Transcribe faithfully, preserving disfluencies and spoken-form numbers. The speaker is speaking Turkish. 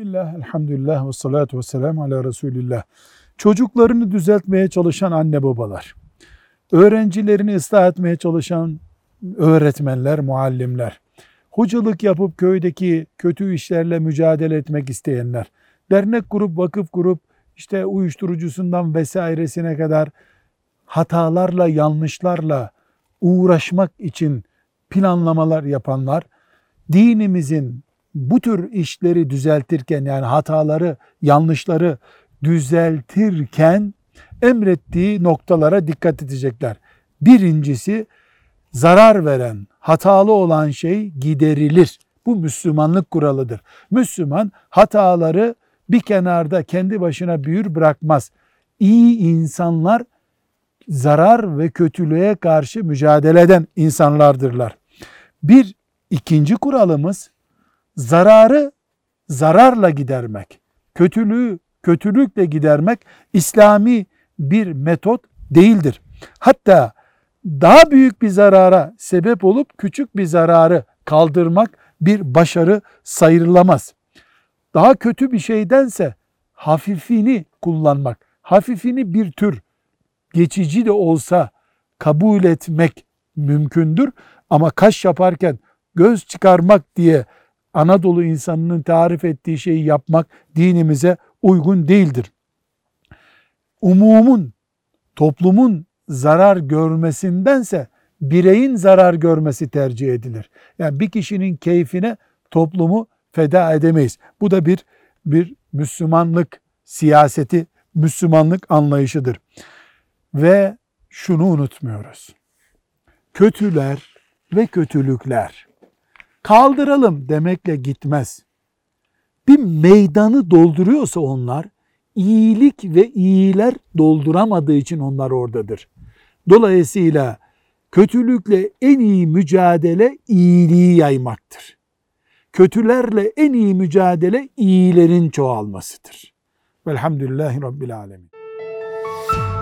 Bismillah, elhamdülillah ve salatu ve selamu ala Resulillah. Çocuklarını düzeltmeye çalışan anne babalar, öğrencilerini ıslah etmeye çalışan öğretmenler, muallimler, hocalık yapıp köydeki kötü işlerle mücadele etmek isteyenler, dernek kurup, vakıf kurup, işte uyuşturucusundan vesairesine kadar hatalarla, yanlışlarla uğraşmak için planlamalar yapanlar, dinimizin bu tür işleri düzeltirken, yani hataları, yanlışları düzeltirken emrettiği noktalara dikkat edecekler. Birincisi, zarar veren, hatalı olan şey giderilir. Bu Müslümanlık kuralıdır. Müslüman hataları bir kenarda kendi başına büyür bırakmaz. İyi insanlar zarar ve kötülüğe karşı mücadele eden insanlardırlar. Bir ikinci kuralımız, zararı zararla gidermek, kötülüğü kötülükle gidermek İslami bir metot değildir. Hatta daha büyük bir zarara sebep olup küçük bir zararı kaldırmak bir başarı sayılamaz. Daha kötü bir şeydense hafifini kullanmak, hafifini bir tür geçici de olsa kabul etmek mümkündür. Ama kaş yaparken göz çıkarmak diye Anadolu insanının tarif ettiği şeyi yapmak dinimize uygun değildir. Umumun, toplumun zarar görmesindense bireyin zarar görmesi tercih edilir. Yani bir kişinin keyfine toplumu feda edemeyiz. Bu da bir bir Müslümanlık siyaseti, Müslümanlık anlayışıdır. Ve şunu unutmuyoruz. Kötüler ve kötülükler kaldıralım demekle gitmez. Bir meydanı dolduruyorsa onlar, iyilik ve iyiler dolduramadığı için onlar oradadır. Dolayısıyla kötülükle en iyi mücadele iyiliği yaymaktır. Kötülerle en iyi mücadele iyilerin çoğalmasıdır. Velhamdülillahi Rabbil Alemin.